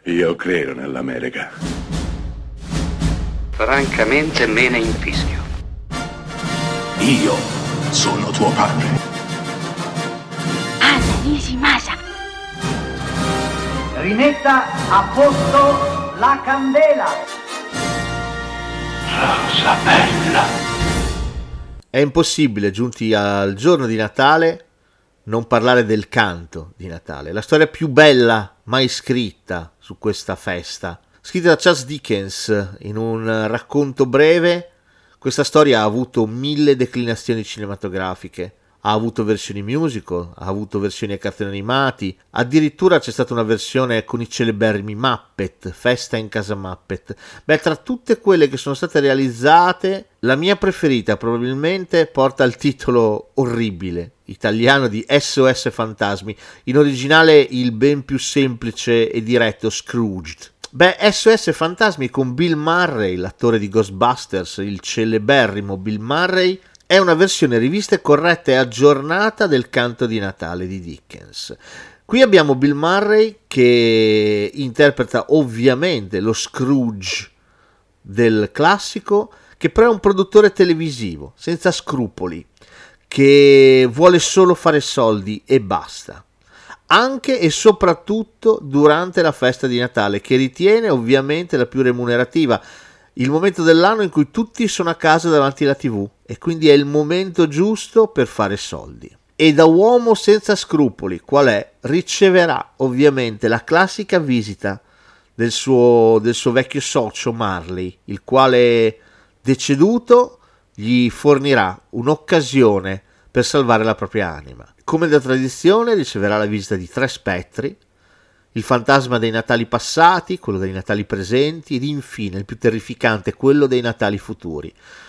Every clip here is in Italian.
Io credo nell'America. Francamente me ne infischio. Io sono tuo padre. Anna Nishimasa. Rimetta a posto la candela. Rosa bella. È impossibile, giunti al giorno di Natale, non parlare del canto di Natale, la storia più bella mai scritta su questa festa. Scritta da Charles Dickens in un racconto breve, questa storia ha avuto 1000 declinazioni cinematografiche, ha avuto versioni musical, ha avuto versioni a cartoni animati, addirittura c'è stata una versione con i celeberrimi Muppet, Festa in casa Muppet. Beh, tra tutte quelle che sono state realizzate, la mia preferita probabilmente porta il titolo orribile italiano di SOS Fantasmi, in originale il ben più semplice e diretto Scrooged. Beh, SOS Fantasmi con Bill Murray, l'attore di Ghostbusters, il celeberrimo Bill Murray, è una versione rivista e corretta e aggiornata del canto di Natale di Dickens. Qui abbiamo Bill Murray che interpreta ovviamente lo Scrooge del classico, che però è un produttore televisivo, senza scrupoli, che vuole solo fare soldi e basta. Anche e soprattutto durante la festa di Natale, che ritiene ovviamente la più remunerativa, il momento dell'anno in cui tutti sono a casa davanti alla TV e quindi è il momento giusto per fare soldi. E da uomo senza scrupoli, qual è? Riceverà ovviamente la classica visita del suo vecchio socio Marley, il quale, deceduto, gli fornirà un'occasione per salvare la propria anima. Come da tradizione riceverà la visita di 3 spettri, il fantasma dei Natali passati, quello dei Natali presenti ed infine il più terrificante, quello dei Natali futuri.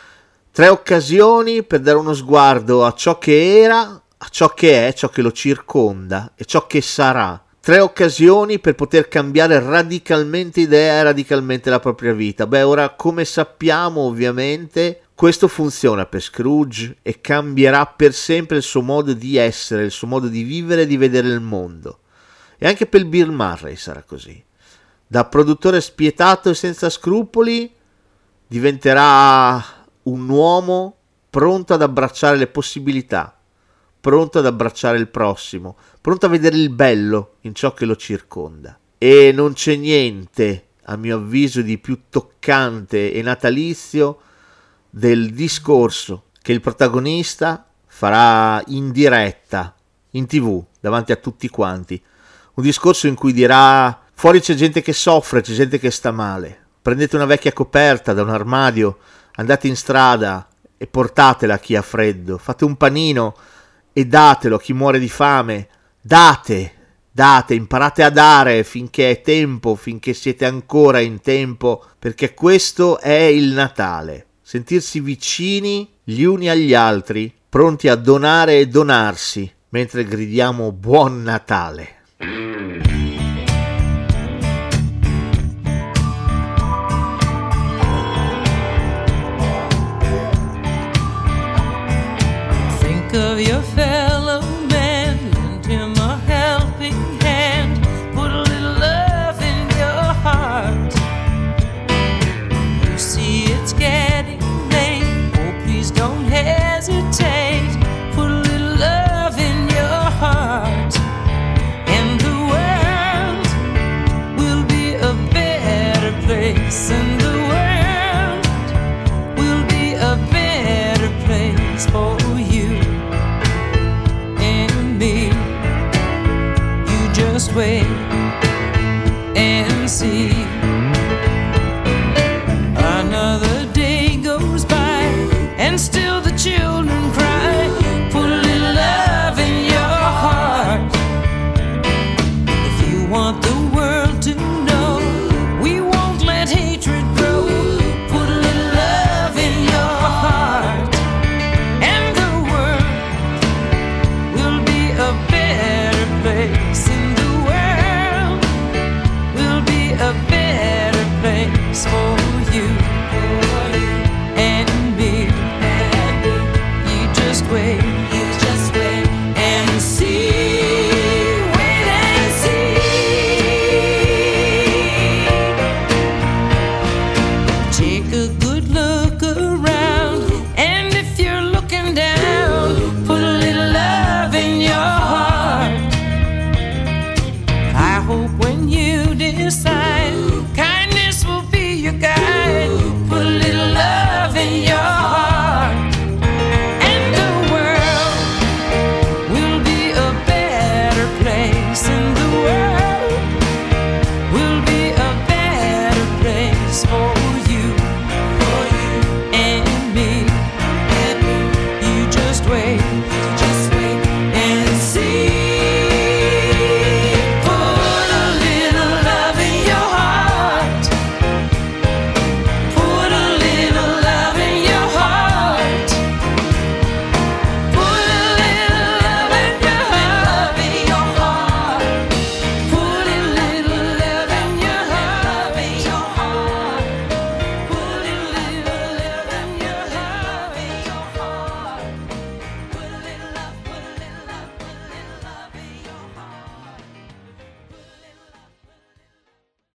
3 occasioni per dare uno sguardo a ciò che era, a ciò che è, ciò che lo circonda e ciò che sarà. 3 occasioni per poter cambiare radicalmente idea e radicalmente la propria vita. Beh, ora, come sappiamo ovviamente, questo funziona per Scrooge e cambierà per sempre il suo modo di essere, il suo modo di vivere e di vedere il mondo. E anche per Bill Murray sarà così. Da produttore spietato e senza scrupoli diventerà un uomo pronto ad abbracciare le possibilità, pronto ad abbracciare il prossimo, pronto a vedere il bello in ciò che lo circonda. E non c'è niente, a mio avviso, di più toccante e natalizio del discorso che il protagonista farà in diretta, in TV, davanti a tutti quanti. Un discorso in cui dirà: fuori c'è gente che soffre, c'è gente che sta male. Prendete una vecchia coperta da un armadio, andate in strada e portatela a chi ha freddo. Fate un panino e datelo a chi muore di fame. Date, imparate a dare finché è tempo, finché siete ancora in tempo, perché questo è il Natale. Sentirsi vicini gli uni agli altri, pronti a donare e donarsi, mentre gridiamo Buon Natale. Think of your fellow man, lend him a helping hand, put a little love in your heart. You see it's getting late, oh please don't hesitate, put a little love in your heart. And the world will be a better place, and the world will be a better place for you and me. You just wait and see. Another day goes by and still the children cry. Put a little love in your heart. If you want the world to know we won't let hatred grow, put a little love in your heart, and the world will be a better place, and the world will be a better place for